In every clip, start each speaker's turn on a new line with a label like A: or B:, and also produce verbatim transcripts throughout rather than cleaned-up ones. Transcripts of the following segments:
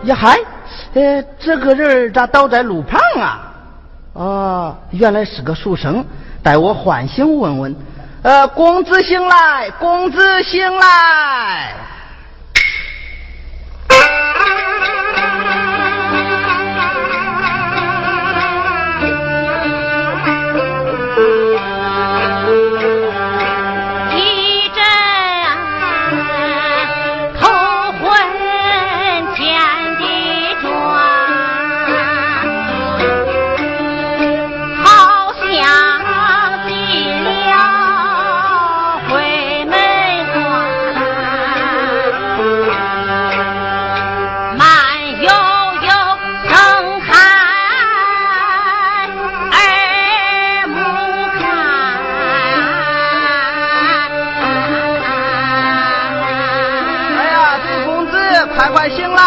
A: 呀嗨，呃，这个人咋倒在路旁啊？哦，原来是个书生，待我唤醒问问。呃，公子醒来，公子醒来。快快醒来！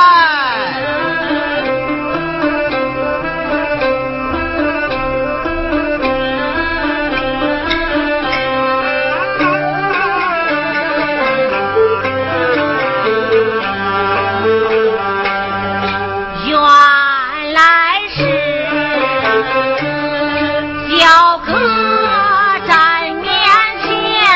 B: 原来是小哥在面前。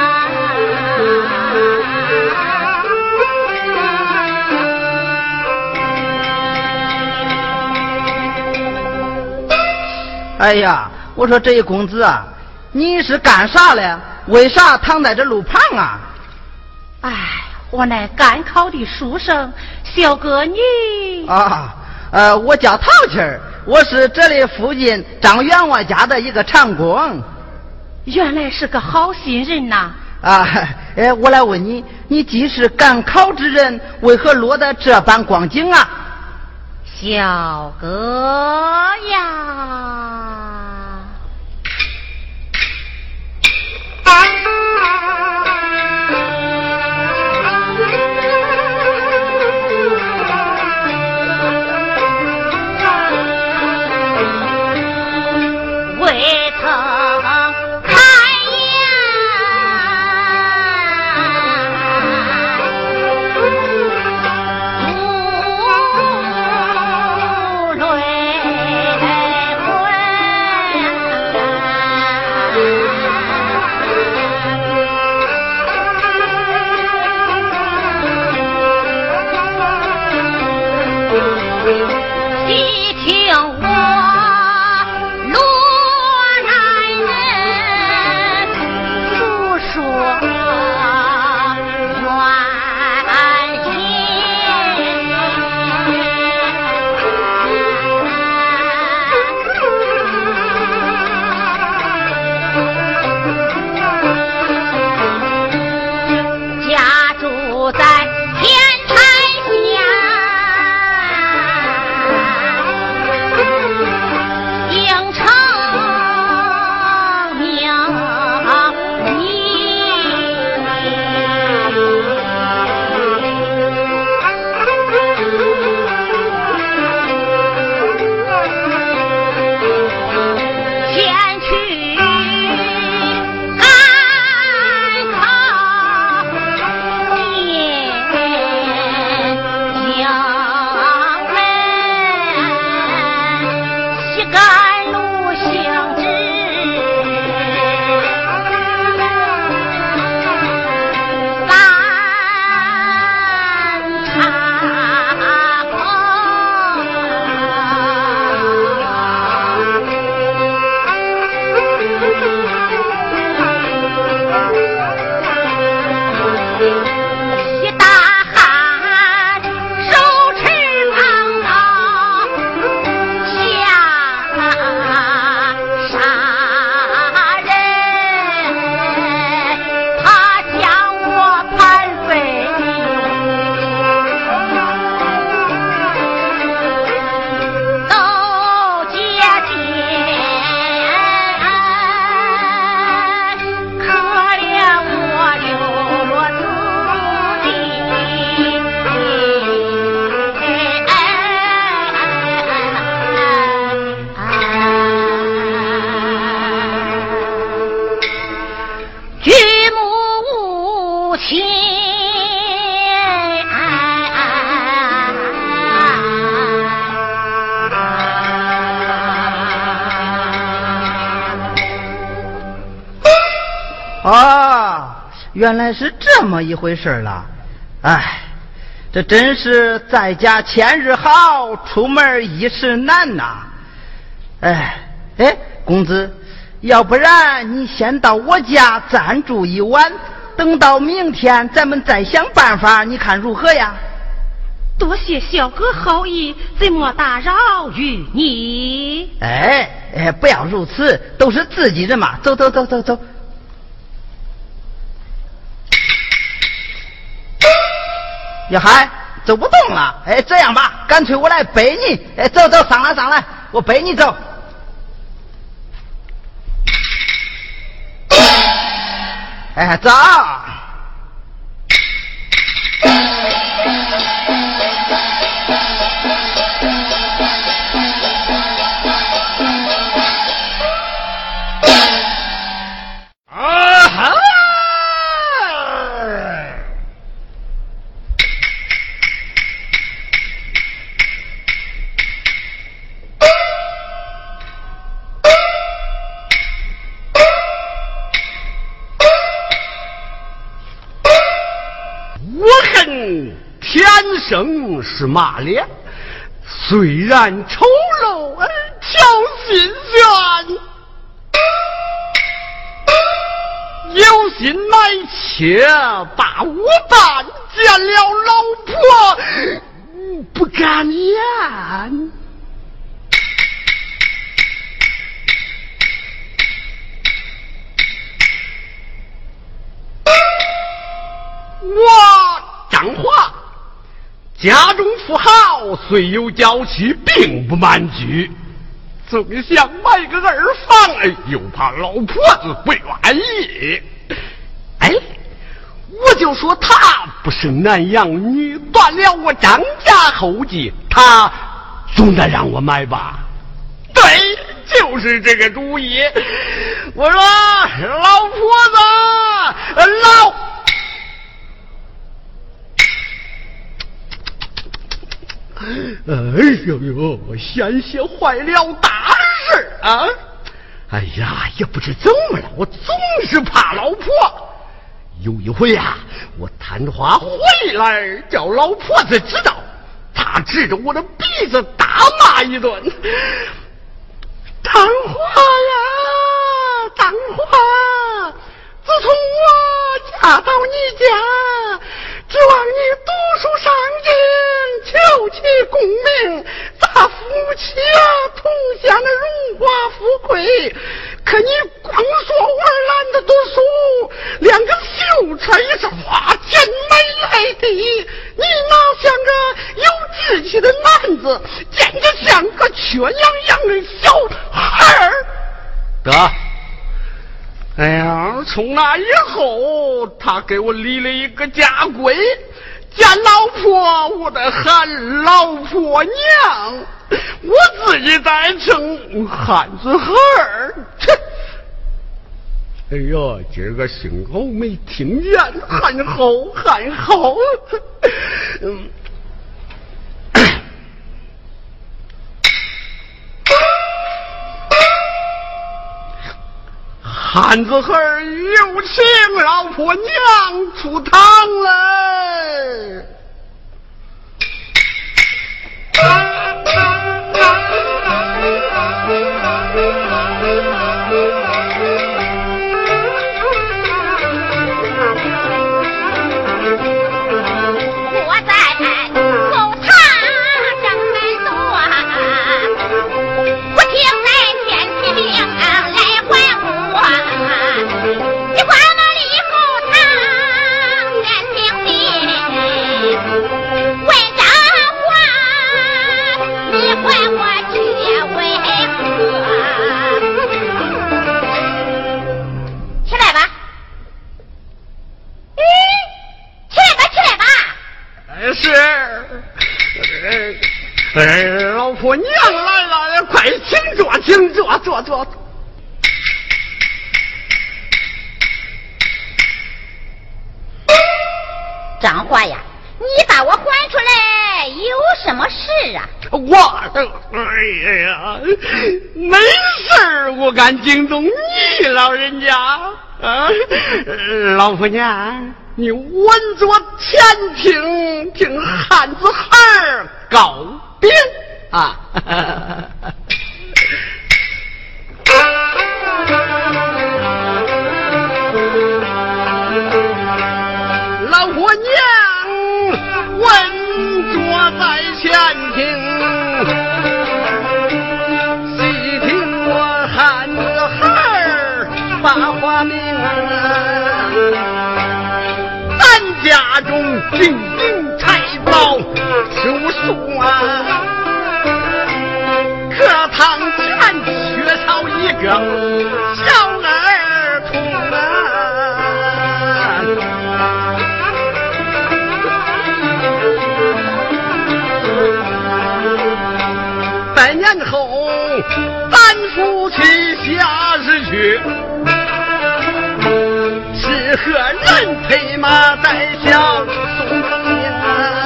A: 哎呀，我说这一公子啊，你是干啥嘞？为啥躺在这路旁啊？
B: 哎，我乃赶考的书生，小哥你
A: 啊，呃，我叫陶七儿，我是这里附近张员外家的一个长工。
B: 原来是个好心人呐！
A: 啊，哎，我来问你，你既是赶考之人，为何落得这般光景啊？
B: 小哥呀，未曾开眼，如泪滚。细听我罗南人述说原因。家住在天台下，
A: 原来是这么一回事了。哎，这真是在家千日好，出门一时难呐、啊。哎哎，公子，要不然你先到我家暂住一晚，等到明天咱们再想办法，你看如何呀？
B: 多谢小哥好意，怎么打扰于你？
A: 哎哎，不要如此，都是自己人嘛。走走走走走。呀嗨，走不动了。哎，这样吧，干脆我来背你。哎，走走，上来上来，我背你走。哎，走。
C: 生是马脸，虽然丑陋而挑心弦，有心买妾把我办，见了老婆不敢言。我张华家中富豪，虽有娇妻，并不满居，总想买个儿房，哎，又怕老婆子不愿意。哎，我就说他不生男养女，断了我张家后继，他总得让我买吧？对，就是这个主意。我说老婆子，老。哎呦呦，险些坏了大事啊！哎呀，也不知怎么了，我总是怕老婆。有一回啊，我探花回来，叫老婆子知道，她指着我的鼻子大骂一顿。张华呀，张华，自从我嫁到你家，指望你读书上进，求其功名，咱夫妻啊同享的荣华富贵。可你光说我懒得读书，连个秀才也是花钱买来的，你哪像个有志气的男子，简直像个缺氧样的小孩儿。得，哎呀，从那以后，他给我立了一个家规，见老婆我得喊老婆娘，我自己再称汉子孩儿。哎呀，今儿个幸好没听见，喊好喊好。嗯。汉子孩儿有请老婆娘出堂了。哎，老婆娘来了，快请坐，请坐，坐坐。
D: 张华呀，你把我唤出来有什么事啊？
C: 我，哎呀，没事儿，我敢惊动你老人家。 啊，老婆娘，你稳坐前庭，听汉子孩儿告别啊！老婆娘稳坐在前庭，细听我汉子孩儿把话明。咱家中金银财宝数数啊，课堂前缺少一个小儿童啊。百年后咱夫妻下世去，是何人陪马带小送命啊？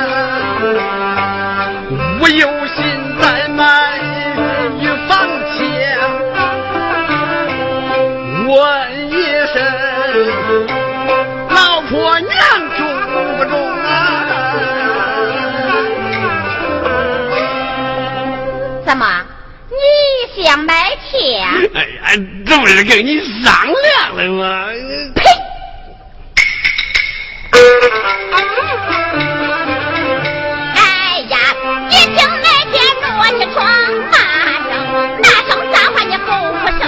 C: 我有心再买一房钱，问一声老婆娘中不中啊？
D: 怎么你想买钱？
C: 哎呀，这不是跟你商量了吗？
D: 呸！哎呀，一听那天我起床骂声，大声脏话你不出声，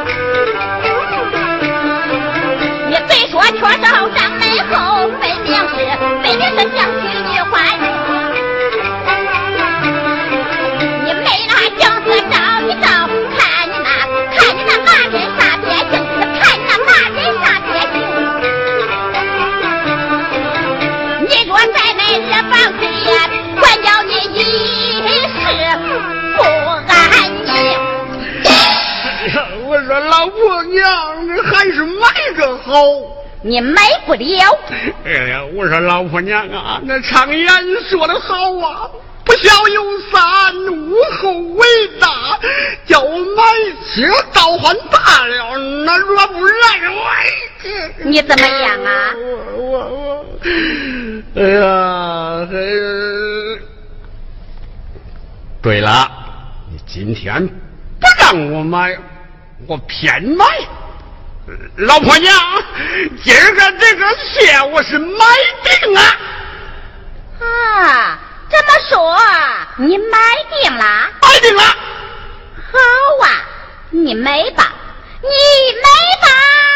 D: 你虽说缺少张门后分明是分明是想起你话说，你没那镜子照一照，看你那看你那马人啥别性，看你那马人啥别性。你若再买这房子呀，管教你一世不安宁。
C: 我说老婆娘，你还是买个好。
D: 你买不了。
C: 哎呀，我说老婆娘啊，那常言说得好啊，不孝有三，无后为大，叫我买起倒还大了，那若不然我
D: 你怎么样啊？
C: 我我我，哎呀，哎呀，对了，你今天不让我买，我偏买。老婆娘，今儿个这个鞋我是买定了。
D: 啊，这么说你买定了？
C: 买定了。
D: 好啊，你买吧，你买吧。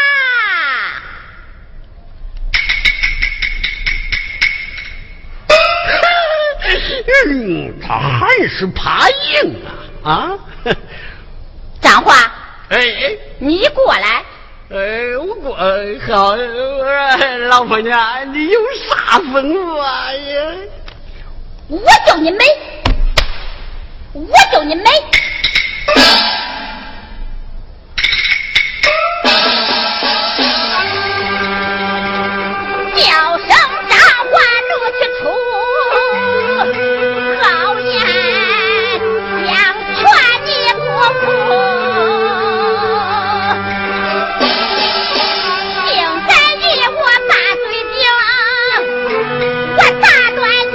C: 嗯，他还是怕硬啊啊！
D: 张华，
C: 哎，
D: 你过来。
C: 哎，我过好，老婆娘，你有啥吩咐啊呀？
D: 我叫你买，我叫你买。叫声大话如其出，好言想劝你过苦。现在你我把嘴讲，我打断你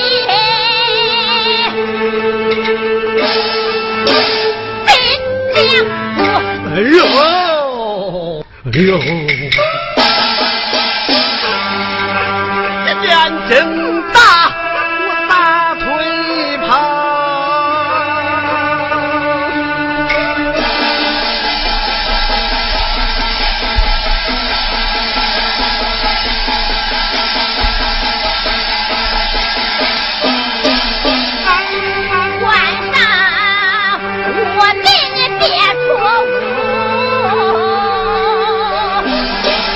D: 的分两步。
C: 哎呦，哎呦，这脸真大，我大腿胖。
D: 晚上我命别错误。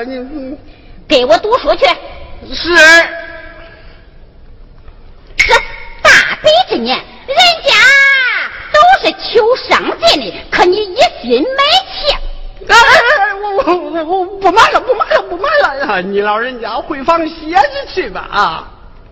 C: 呀，你
D: 给我读书去。
C: 是。
D: 这大北之年，人家都是求上进的，可你一心买钱。
C: 哎，我我我我不买了，不买了，不买了呀！你老人家回房歇着去吧啊！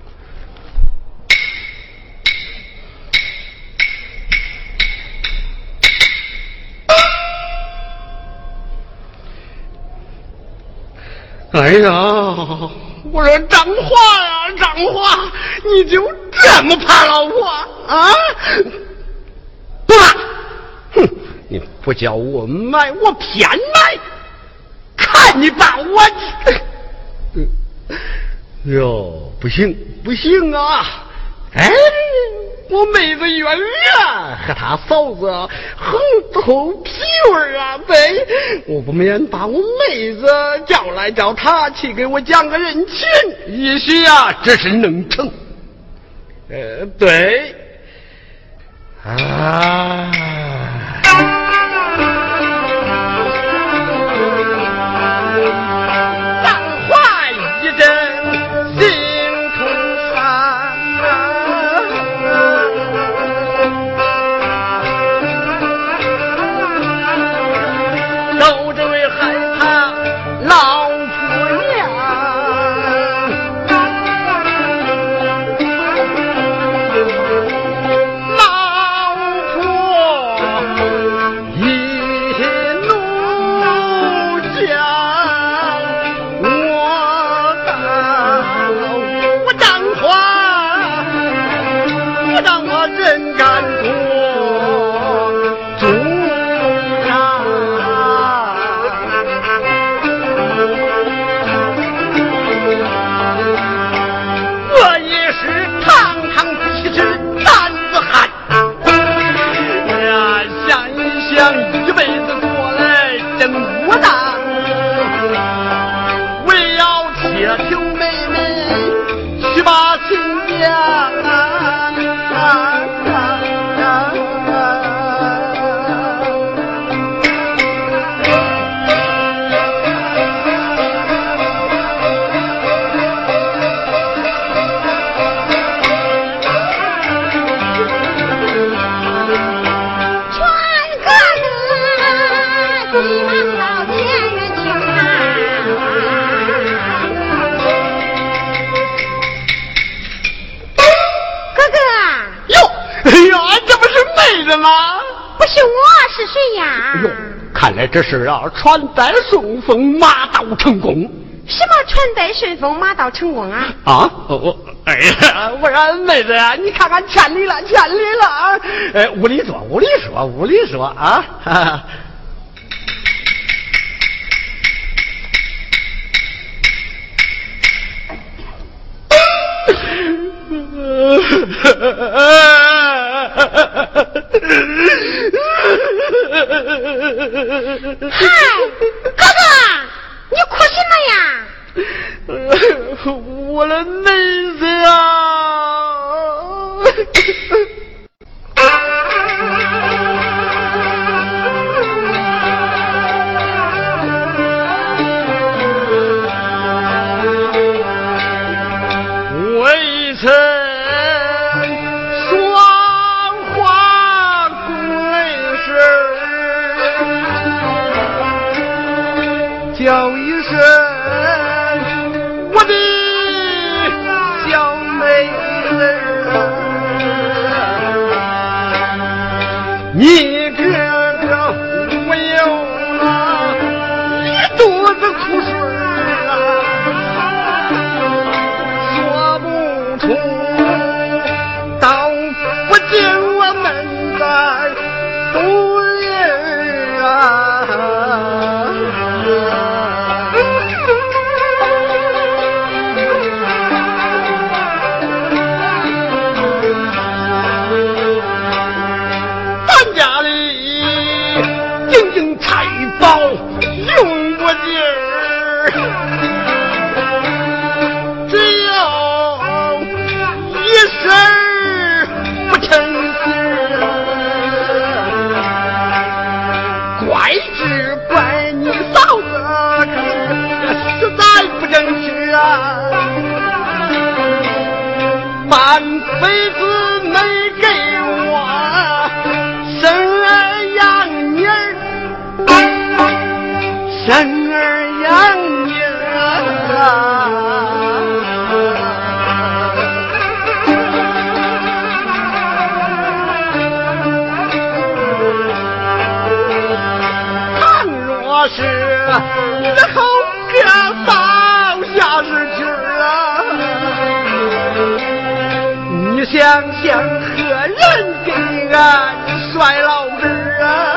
C: 哎呀，我说张华呀，张华，你就这么怕老婆啊？不怕，哼！你不叫我买，我偏买，看你把我哟，不行不行啊！哎，我妹子圆圆和她嫂子横透屁味啊！对，我不免把我妹子叫来叫她去给我讲个人情，也许啊，这是能成。呃，对，啊。看来这是啊，传代顺风，马到成功。
E: 什么传代顺风，马到成功啊？
C: 啊，我哎呀，我说妹子呀，你看看千里了，千里了啊！哎，屋里说，屋里说，屋里说啊！哈哈
E: 嗨，哥哥，你哭什么呀？
C: 我的妹子啊！未曾双花归时，叫一声我的小妹子，你哥哥我有啊一肚子苦水啊，说不出，倒不见我们在肚里啊。 生儿养女啊。倘若是你的后哥倒下是去啊，你想想何人给俺衰老子啊？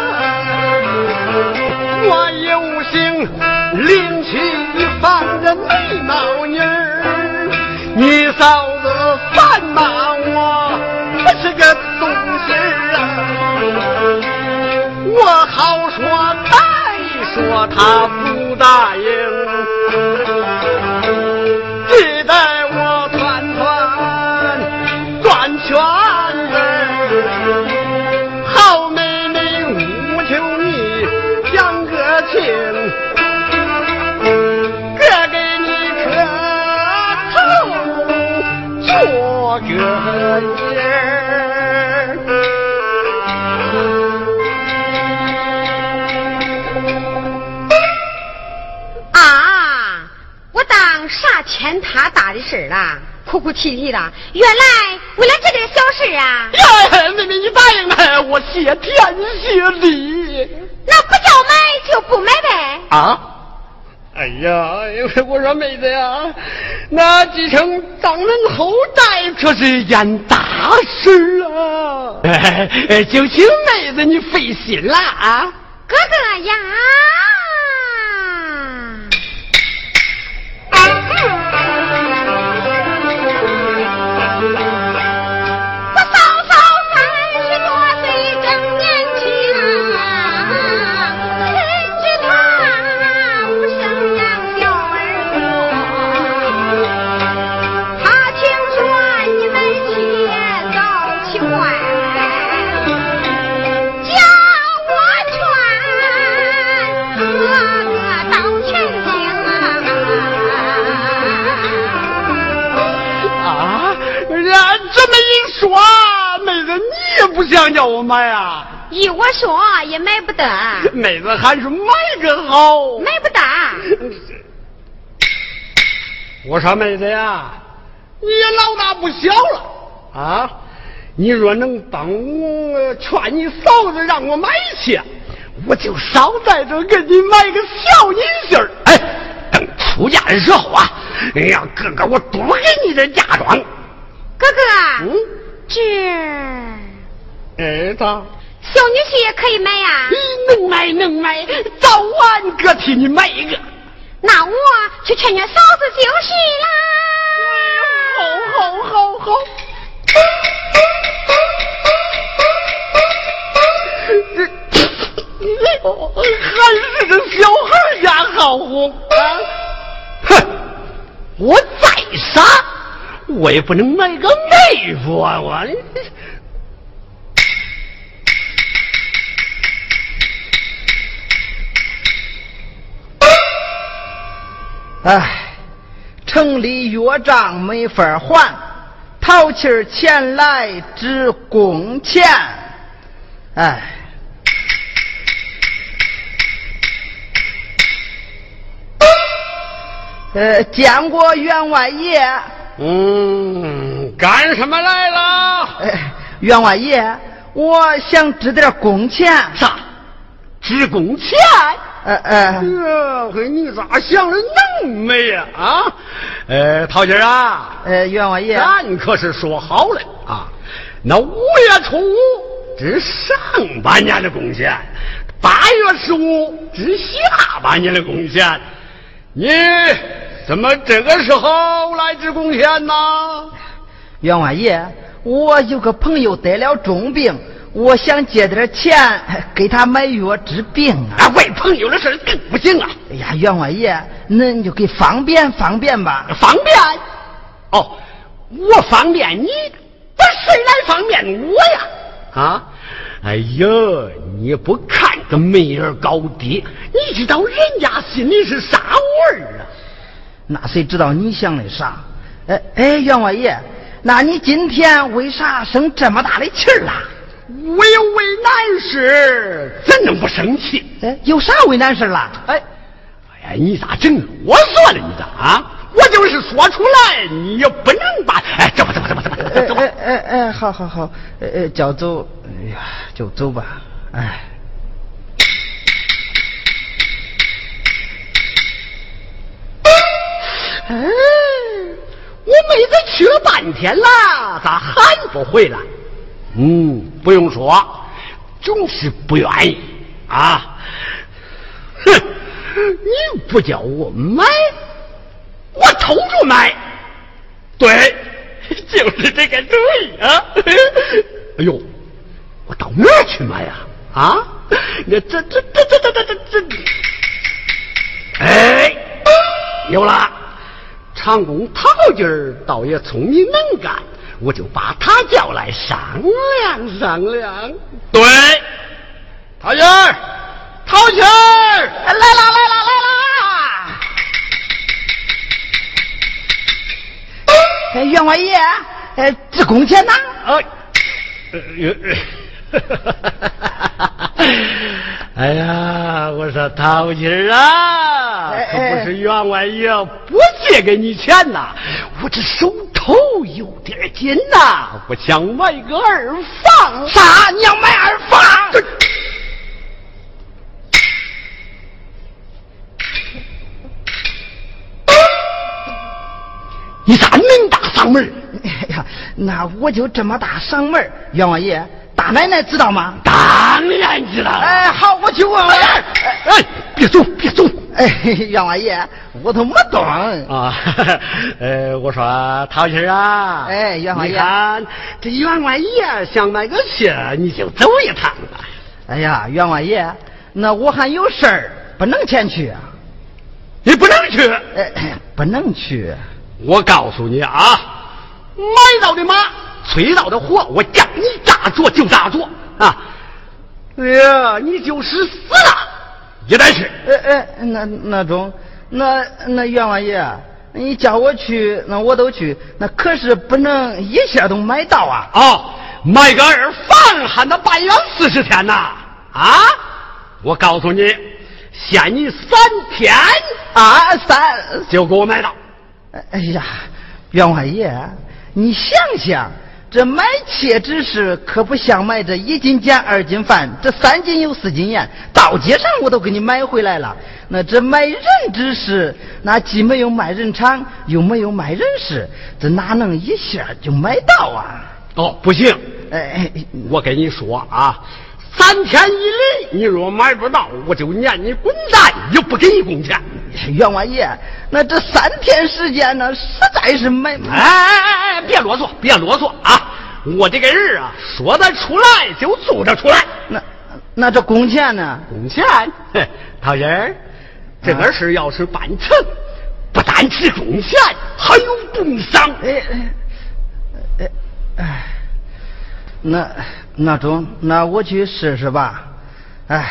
C: 我有幸领取一房的美貌女儿，你嫂子反骂我不是个东西啊！我好说歹说他不答应，只待我团团转圈儿，好妹妹无求你讲个情，哥给你磕头做个揖儿。
E: 啊，我当啥欠他大的事了，哭哭啼啼的，原来为了这点小事啊！
C: 呀，妹妹你答应了，我谢天谢地。
E: 那不叫买就不买呗。
C: 啊！哎呀，我说妹子呀，那继承当人后代可是一件大事啊！哎，就请妹子你费心了啊！
E: 哥哥呀！我嫂嫂三十多岁正年轻，谁知她不生养小儿子。她听说你们企业遭气坏，叫我劝哥哥到前京
C: 啊！这么一说，妹子你也不想叫我买啊？
E: 依我说也买不得。
C: 妹子还是买个好。
E: 买不得。
C: 我说妹子呀，你也老大不小了啊！你若能帮我劝你嫂子让我买去，我就少在这给你买个小银杏儿。哎，等出嫁的时候啊，哎呀，哥哥我多给你点嫁妆。
E: 哥哥，
C: 嗯，
E: 这
C: 哎，他
E: 小女婿也可以买呀、
C: 能买能买，早晚哥替你买一个。
E: 那我去劝劝嫂子就是啦。
C: 好好好好。还是个小孩家好哄啊！哼，我再傻，我也不能买个妹夫啊！我，
A: 唉，城里约账没法还，淘气儿前来只工钱。唉。呃，见过员外爷。
C: 嗯，干什么来了？
A: 哎，员外爷，我想支点工钱。
C: 啥？支工钱？
A: 呃呃，
C: 呃，你咋想的那么美呀？啊，呃，陶姐啊，
A: 呃，员外爷，
C: 咱可是说好了啊，那五月初五支上半年的工钱，八月十五支下半年的工钱，你怎么这个时候来支工钱呢？
A: 员外爷，我有个朋友得了重病，我想借点钱给他买药治病啊。
C: 为朋友的事更不行啊！
A: 哎呀，员外爷，恁就给方便方便吧。
C: 方便？哦，我方便你，不谁来方便我呀？啊！哎呀，你不看个媚儿高低，你知道人家心里是啥味儿啊？
A: 那谁知道你想的啥？哎哎，员外爷，那你今天为啥生这么大的气儿啊？
C: 我有为难事，怎能不生气？
A: 哎，有啥为难事了？
C: 哎， 哎，你咋整啰嗦了？你这啊？我就是说出来，你也不能把哎，走吧走吧走吧走吧走吧。
A: 哎哎哎，好好好，哎哎，叫走，哎呀，就走吧，哎。
C: 哎，我妹子去了半天了，咋还不回来？嗯，不用说，总是不愿意啊。哼，你不叫我买，我偷着买。对，就是这个主意啊。哎呦，我到哪儿去买呀？啊，那这这这这这这这这，哎，有了。长工陶金儿倒也聪明能干，我就把他叫来商量商量。对，陶金儿，陶金儿，
A: 来啦来啦来啦！哎，员外爷，哎，这工钱呢？
C: 哎，哎呀，我说陶金儿啊，
A: 哎
C: 可不是员外爷不借给你钱呐，我这手头有点紧呐，我想买个二房。
A: 啥？你要买二房？
C: 你咋恁大嗓门？
A: 哎呀，那我就这么大嗓门，员外爷，大奶奶知道吗？
C: 当然知道。
A: 哎，好，我去问问。
C: 哎，哎，别走，别走。
A: 哎，员外爷，我都没懂
C: 啊。呃，我说陶金啊，
A: 哎，员外爷，
C: 你看这员外爷想买个去，你就走一趟吧。
A: 哎呀，员外爷，那我还有事儿，不能前去啊。
C: 你不能去？
A: 哎，不能去。
C: 我告诉你啊，买到的马，催到的火，我叫你咋做就咋做啊！哎呀，你就是死了也得去。
A: 哎哎，那那种，那那员外爷，你叫我去，那我都去，那可是不能一下都买到啊！
C: 哦，买个二房还得半月四十天呐！啊，我告诉你，限你三天
A: 啊，三
C: 就给我买到。
A: 哎呀，员外爷，你想想，这买切之事可不像买这一斤碱二斤饭，这三斤油四斤盐，到街上我都给你买回来了。那这买人之事，那既没有卖人场，又没有卖人事，这哪能一下就买到啊？
C: 哦，不行，
A: 哎，
C: 我跟你说啊，三天以内你若买不到，我就撵你滚蛋，也不给你工钱。
A: 员外爷，那这三天时间呢，实在是买
C: 哎哎哎，别啰嗦，别啰嗦啊！我这个人啊，说得出来就做得出来。
A: 那那这工钱呢？
C: 工钱，嘿，陶人儿，这个事要是办成，不但是工钱，还有工伤。
A: 哎哎哎哎，那那种，那我去试试吧。哎。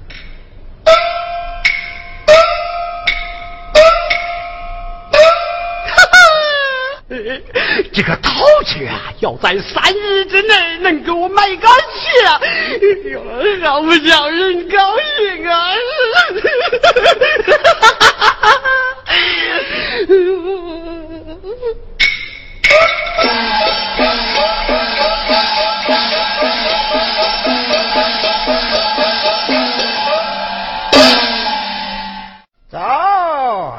C: 这个陶器啊，要在三日之内能给我买个去啊！哎呦，好不叫人高兴啊！
A: 走。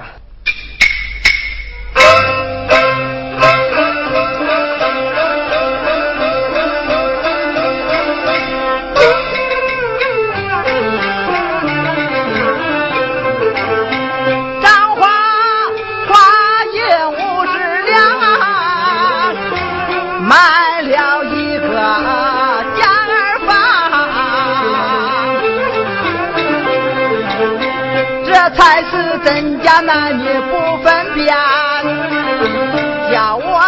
A: 才是真假男女不分辨，叫我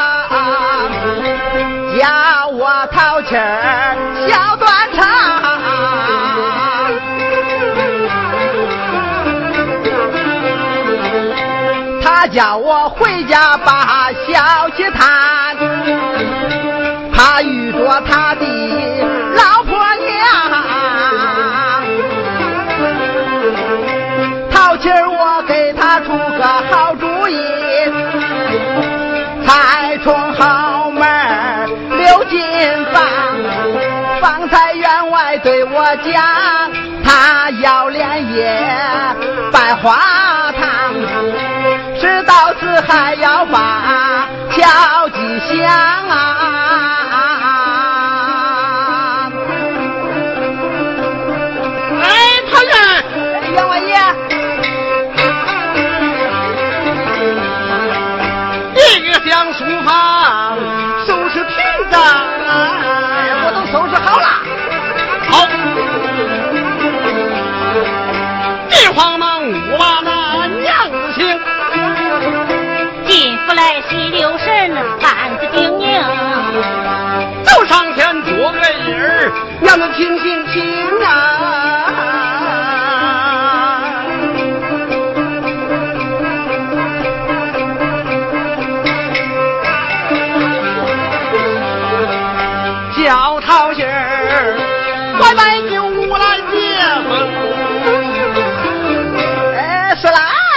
A: 叫我淘气儿小断肠，他叫我回家把消息谈，怕遇着他的老婆娘。 今儿我给他出个好主意，才从后门溜进房，方才员外对我讲，他要连夜拜花堂，事到此还要把敲击响啊！
C: 哎，他人，
A: 员外爷，
C: 一个向书房收拾平当，
A: 哎，我都收拾好了。
C: 好，这慌忙我把那娘子请，
B: 进府来洗留神，案子定营。
C: 走上前做个揖儿，娘子请请请啊！叫桃心儿，快摆酒我来接风。
A: 哎，是啦。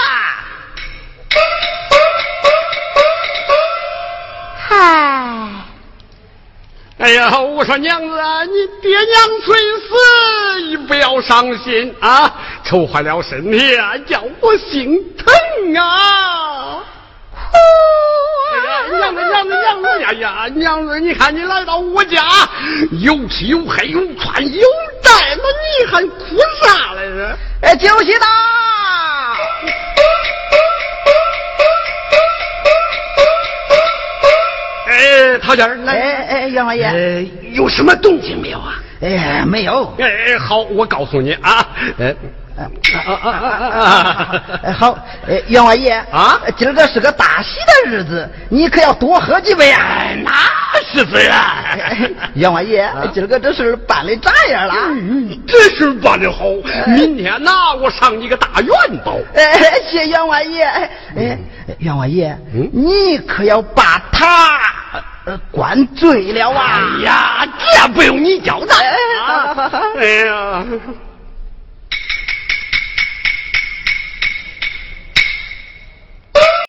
B: 嗨，
C: 哎呀，我说娘子，你爹娘虽死，你不要伤心啊，愁坏了身体啊，叫我心疼啊！哎呀，娘子，娘子，娘子呀呀，娘子，你看你来到我家，有吃有喝有穿有戴，那你还哭啥来着？
A: 哎，就是的。
C: 哎，桃姐儿，来，
A: 哎哎，员外爷，
C: 哎，有什么动静没有啊？
A: 哎，没有。
C: 哎，好，我告诉你啊，哎。
A: 啊啊啊啊啊！好，哎，员外爷
C: 啊，
A: 今儿个是个大喜的日子，你可要多喝几杯啊！
C: 哎，那是自然。
A: 员外爷，今儿个这事办的咋样了？
C: 嗯，这事办的好。明天呐，我上你个大元宝。
A: 哎，谢员外爷。哎，员外爷，
C: 嗯，
A: 你可要把他呃灌醉了啊！
C: 哎呀，这不用你交代啊！哎呀。